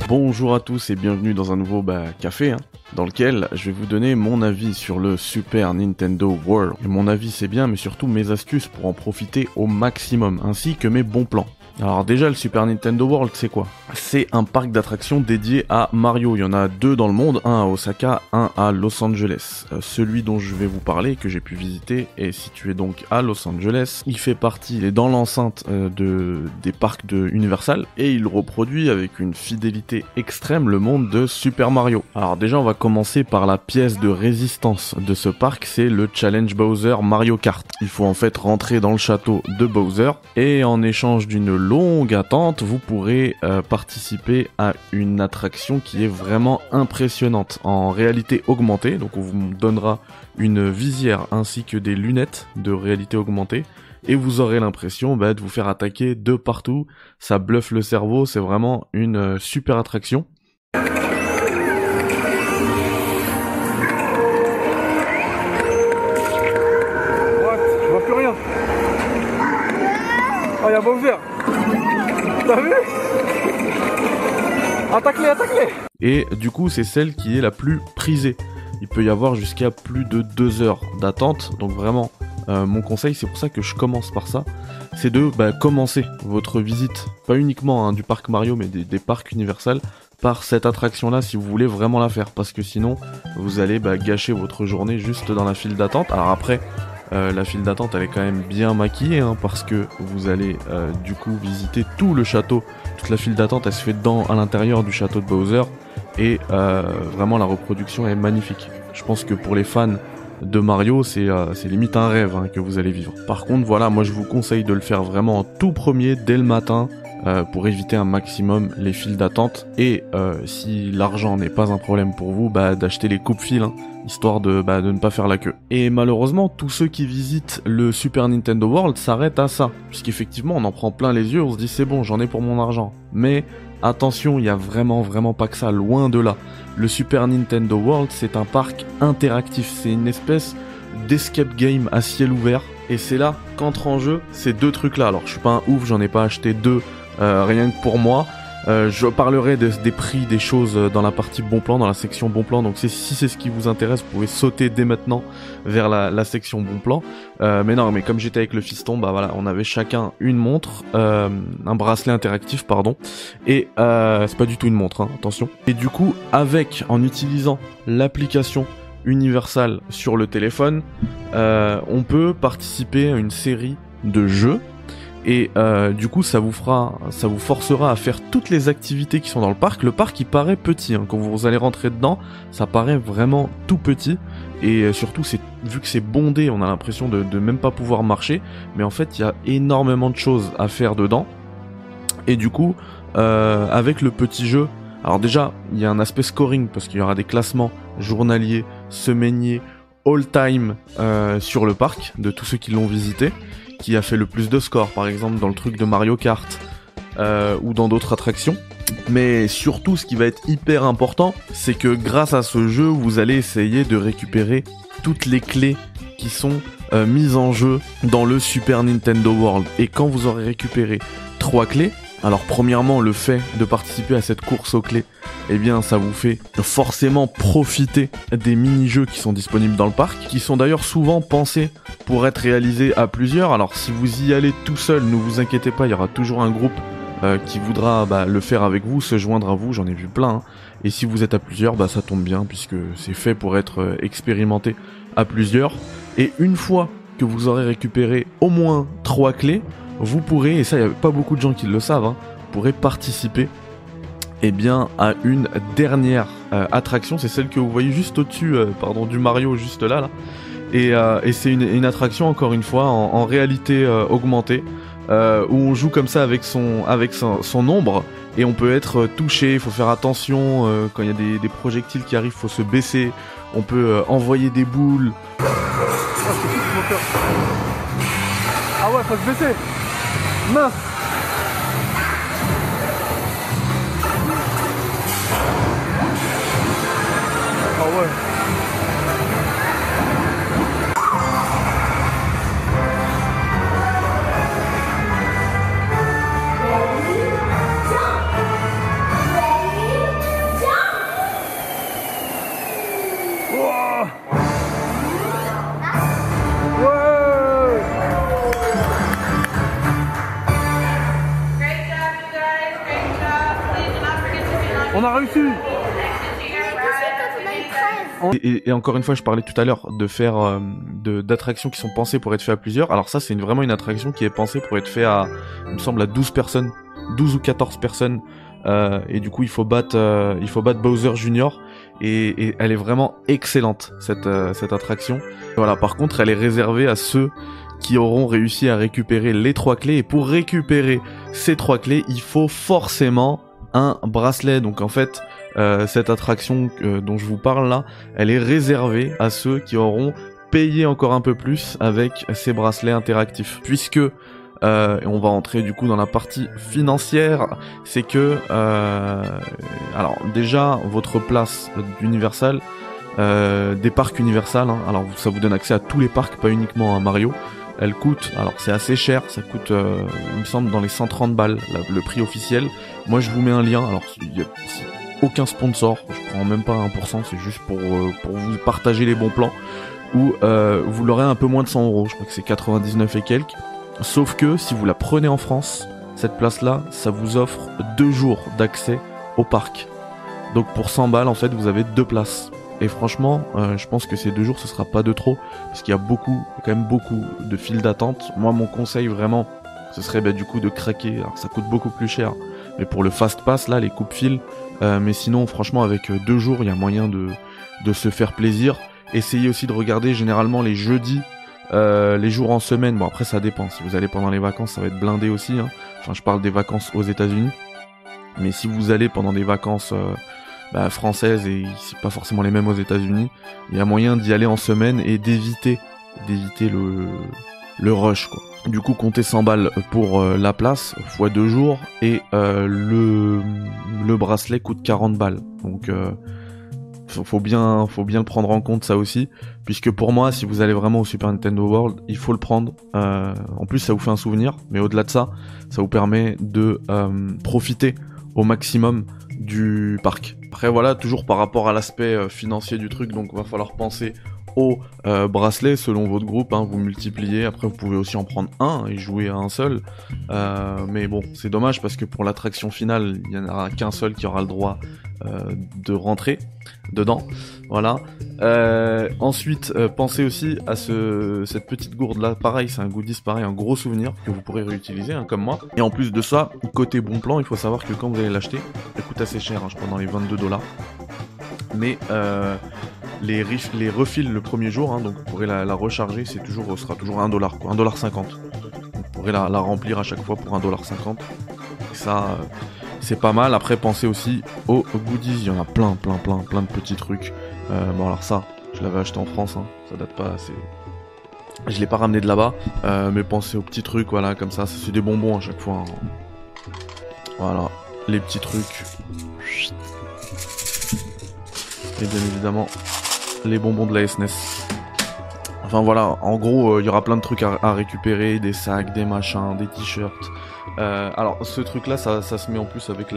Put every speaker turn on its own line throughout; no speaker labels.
Bonjour à tous et bienvenue dans un nouveau café, dans lequel je vais vous donner mon avis sur le Super Nintendo World. Et mon avis c'est bien, mais surtout mes astuces pour en profiter au maximum, ainsi que mes bons plans. Alors déjà, le Super Nintendo World, c'est quoi? C'est un parc d'attractions dédié à Mario. Il y en a deux dans le monde, un à Osaka, un à Los Angeles. Celui dont je vais vous parler, que j'ai pu visiter, est situé donc à Los Angeles. Il fait partie, il est dans l'enceinte des parcs de Universal, et il reproduit avec une fidélité extrême le monde de Super Mario. Alors déjà, on va commencer par la pièce de résistance de ce parc, c'est le Challenge Bowser Mario Kart. Il faut en fait rentrer dans le château de Bowser, et en échange d'une longue attente, vous pourrez participer à une attraction qui est vraiment impressionnante en réalité augmentée. Donc on vous donnera une visière ainsi que des lunettes de réalité augmentée et vous aurez l'impression de vous faire attaquer de partout. Ça bluffe le cerveau, c'est vraiment une super attraction.
Je vois plus rien. Oh, y'a Bowser. T'as vu? Attaque-les, attaque-les!
Et du coup, c'est celle qui est la plus prisée. Il peut y avoir jusqu'à plus de 2 heures d'attente. Donc vraiment, mon conseil, c'est pour ça que je commence par ça, c'est de commencer votre visite, pas uniquement du parc Mario, mais des parcs Universal, par cette attraction-là si vous voulez vraiment la faire. Parce que sinon, vous allez gâcher votre journée juste dans la file d'attente. Alors après, la file d'attente elle est quand même bien maquillée parce que vous allez du coup visiter tout le château. Toute la file d'attente elle se fait à l'intérieur du château de Bowser et vraiment la reproduction est magnifique. Je pense que pour les fans de Mario c'est limite un rêve que vous allez vivre. Par contre voilà, moi je vous conseille de le faire vraiment en tout premier dès le matin pour éviter un maximum les files d'attente et si l'argent n'est pas un problème pour vous, d'acheter les coupe-fils histoire de ne pas faire la queue. Et malheureusement, tous ceux qui visitent le Super Nintendo World s'arrêtent à ça, puisqu'effectivement on en prend plein les yeux, on se dit c'est bon, j'en ai pour mon argent. Mais attention, il y a vraiment pas que ça, loin de là. Le Super Nintendo World, c'est un parc interactif, c'est une espèce d'escape game à ciel ouvert, et c'est là qu'entrent en jeu ces deux trucs-là. Alors je suis pas un ouf, j'en ai pas acheté deux rien que pour moi. Je parlerai des prix des choses dans la partie bon plan, dans la section bon plan. Donc si c'est ce qui vous intéresse, vous pouvez sauter dès maintenant vers la section bon plan. Mais comme j'étais avec le fiston, voilà, on avait chacun une montre, un bracelet interactif, pardon. Et c'est pas du tout une montre, attention. Et du coup, en utilisant l'application Universal sur le téléphone, on peut participer à une série de jeux. Et du coup ça vous forcera à faire toutes les activités qui sont dans le parc. Le parc il paraît petit, quand vous allez rentrer dedans, ça paraît vraiment tout petit. Et surtout vu que c'est bondé, on a l'impression de même pas pouvoir marcher. Mais en fait il y a énormément de choses à faire dedans. Et du coup avec le petit jeu, alors déjà il y a un aspect scoring parce qu'il y aura des classements journaliers, semainiers, all time sur le parc de tous ceux qui l'ont visité, qui a fait le plus de scores, par exemple dans le truc de Mario Kart ou dans d'autres attractions. Mais surtout, ce qui va être hyper important, c'est que grâce à ce jeu, vous allez essayer de récupérer toutes les clés qui sont mises en jeu dans le Super Nintendo World. Et quand vous aurez récupéré 3 clés, alors premièrement, le fait de participer à cette course aux clés, eh bien ça vous fait forcément profiter des mini-jeux qui sont disponibles dans le parc, qui sont d'ailleurs souvent pensés pour être réalisés à plusieurs. Alors si vous y allez tout seul, ne vous inquiétez pas, il y aura toujours un groupe qui voudra le faire avec vous, se joindre à vous, j'en ai vu plein. Et si vous êtes à plusieurs, ça tombe bien, puisque c'est fait pour être expérimenté à plusieurs. Et une fois que vous aurez récupéré au moins 3 clés, vous pourrez, et ça il n'y a pas beaucoup de gens qui le savent, vous pourrez participer à une dernière attraction. C'est celle que vous voyez juste au-dessus du Mario, juste là. Et c'est une attraction, encore une fois, en réalité augmentée, où on joue comme ça avec son ombre, et on peut être touché. Il faut faire attention quand il y a des projectiles qui arrivent, il faut se baisser. On peut envoyer des boules.
Ah ouais, faut se baisser. Mince. Ah ouais. On a réussi.
Et encore une fois, je parlais tout à l'heure de faire d'attractions qui sont pensées pour être faites à plusieurs. Alors ça, c'est vraiment une attraction qui est pensée pour être faite à, il me semble, à 12 personnes, 12 ou 14 personnes. Et du coup, il faut battre Bowser Junior. Et elle est vraiment excellente, cette attraction. Voilà, par contre, elle est réservée à ceux qui auront réussi à récupérer les 3 clés. Et pour récupérer ces 3 clés, il faut forcément un bracelet. Donc en fait, cette attraction dont je vous parle là, elle est réservée à ceux qui auront payé encore un peu plus avec ces bracelets interactifs. Puisque, et on va entrer du coup dans la partie financière, c'est que, alors déjà, votre place d'Universal, des parcs Universal, hein, alors ça vous donne accès à tous les parcs, pas uniquement à Mario. Elle coûte, alors c'est assez cher, ça coûte, il me semble, dans les 130 balles, le prix officiel. Moi je vous mets un lien, alors il y a aucun sponsor, je prends même pas 1%, c'est juste pour vous partager les bons plans, où vous l'aurez un peu moins de 100 euros, je crois que c'est 99 et quelques. Sauf que si vous la prenez en France, cette place-là, ça vous offre 2 jours d'accès au parc. Donc pour 100 balles, en fait, vous avez 2 places. Et franchement, je pense que ces 2 jours, ce sera pas de trop, parce qu'il y a quand même beaucoup de files d'attente. Moi, mon conseil vraiment, ce serait du coup de craquer. Alors ça coûte beaucoup plus cher, mais pour le fast pass là, les coupe-fils. Mais sinon, franchement, avec 2 jours, il y a moyen de se faire plaisir. Essayez aussi de regarder généralement les jeudis, les jours en semaine. Bon après ça dépend. Si vous allez pendant les vacances, ça va être blindé aussi. Hein. Enfin, je parle des vacances aux États-Unis. Mais si vous allez pendant des vacances françaises et c'est pas forcément les mêmes aux États-Unis, il y a moyen d'y aller en semaine et d'éviter le rush quoi. Du coup, comptez 100 balles pour la place fois 2 jours et le bracelet coûte 40 balles. Donc faut bien le prendre en compte ça aussi, puisque pour moi, si vous allez vraiment au Super Nintendo World, il faut le prendre. En plus, ça vous fait un souvenir, mais au-delà de ça, ça vous permet de profiter au maximum du parc. Après voilà, toujours par rapport à l'aspect financier du truc, donc va falloir penser au bracelet selon votre groupe, hein, vous multipliez, après vous pouvez aussi en prendre un et jouer à un seul, mais bon c'est dommage parce que pour l'attraction finale il n'y en aura qu'un seul qui aura le droit de rentrer dedans, voilà. Ensuite pensez aussi à cette petite gourde là, pareil c'est un goodies, pareil un gros souvenir que vous pourrez réutiliser hein, comme moi, et en plus de ça, côté bon plan, il faut savoir que quand vous allez l'acheter, elle coûte assez cher, hein, je crois dans les 22 $, mais les refills le premier jour, hein, donc vous pourrez la recharger, sera toujours $1 quoi, $1,50. Vous pourrez la remplir à chaque fois pour $1,50. Et ça, c'est pas mal. Après, pensez aussi aux goodies, il y en a plein de petits trucs. Bon alors ça, je l'avais acheté en France, hein, ça date pas assez. Je l'ai pas ramené de là-bas, mais pensez aux petits trucs, voilà, comme ça c'est des bonbons à chaque fois. Hein. Voilà, les petits trucs. Et bien évidemment, les bonbons de la SNES. Enfin voilà, en gros, il y aura plein de trucs à récupérer, des sacs, des machins, des t-shirts. Alors ce truc là, ça se met en plus avec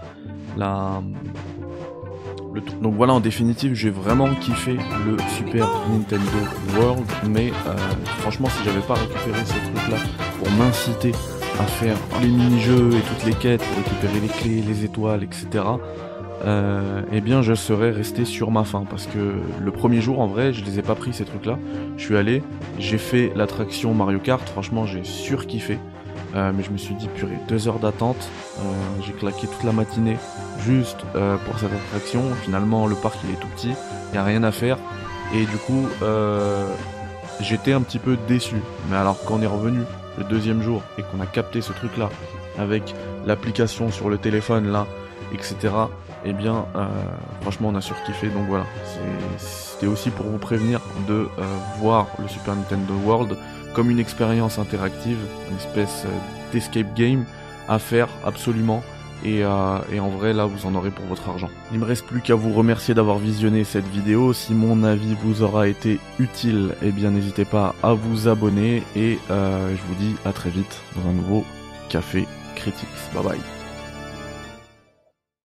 donc voilà, en définitive, j'ai vraiment kiffé le Super Nintendo World, mais franchement, si j'avais pas récupéré ces trucs là pour m'inciter à faire les mini-jeux et toutes les quêtes, pour récupérer les clés, les étoiles, etc., eh bien je serais resté sur ma faim, parce que le premier jour en vrai je les ai pas pris ces trucs là, je suis allé, j'ai fait l'attraction Mario Kart, franchement j'ai surkiffé, mais je me suis dit purée, 2 heures d'attente, j'ai claqué toute la matinée juste pour cette attraction, finalement le parc il est tout petit, y a rien à faire, et du coup j'étais un petit peu déçu, mais alors quand on est revenu le deuxième jour et qu'on a capté ce truc là avec l'application sur le téléphone là, etc., eh bien franchement on a surkiffé, donc voilà, c'était aussi pour vous prévenir de voir le Super Nintendo World comme une expérience interactive, une espèce d'escape game à faire absolument, et en vrai là vous en aurez pour votre argent. Il me reste plus qu'à vous remercier d'avoir visionné cette vidéo. Si mon avis vous aura été utile, eh bien n'hésitez pas à vous abonner, et je vous dis à très vite dans un nouveau Café Critics. Bye bye.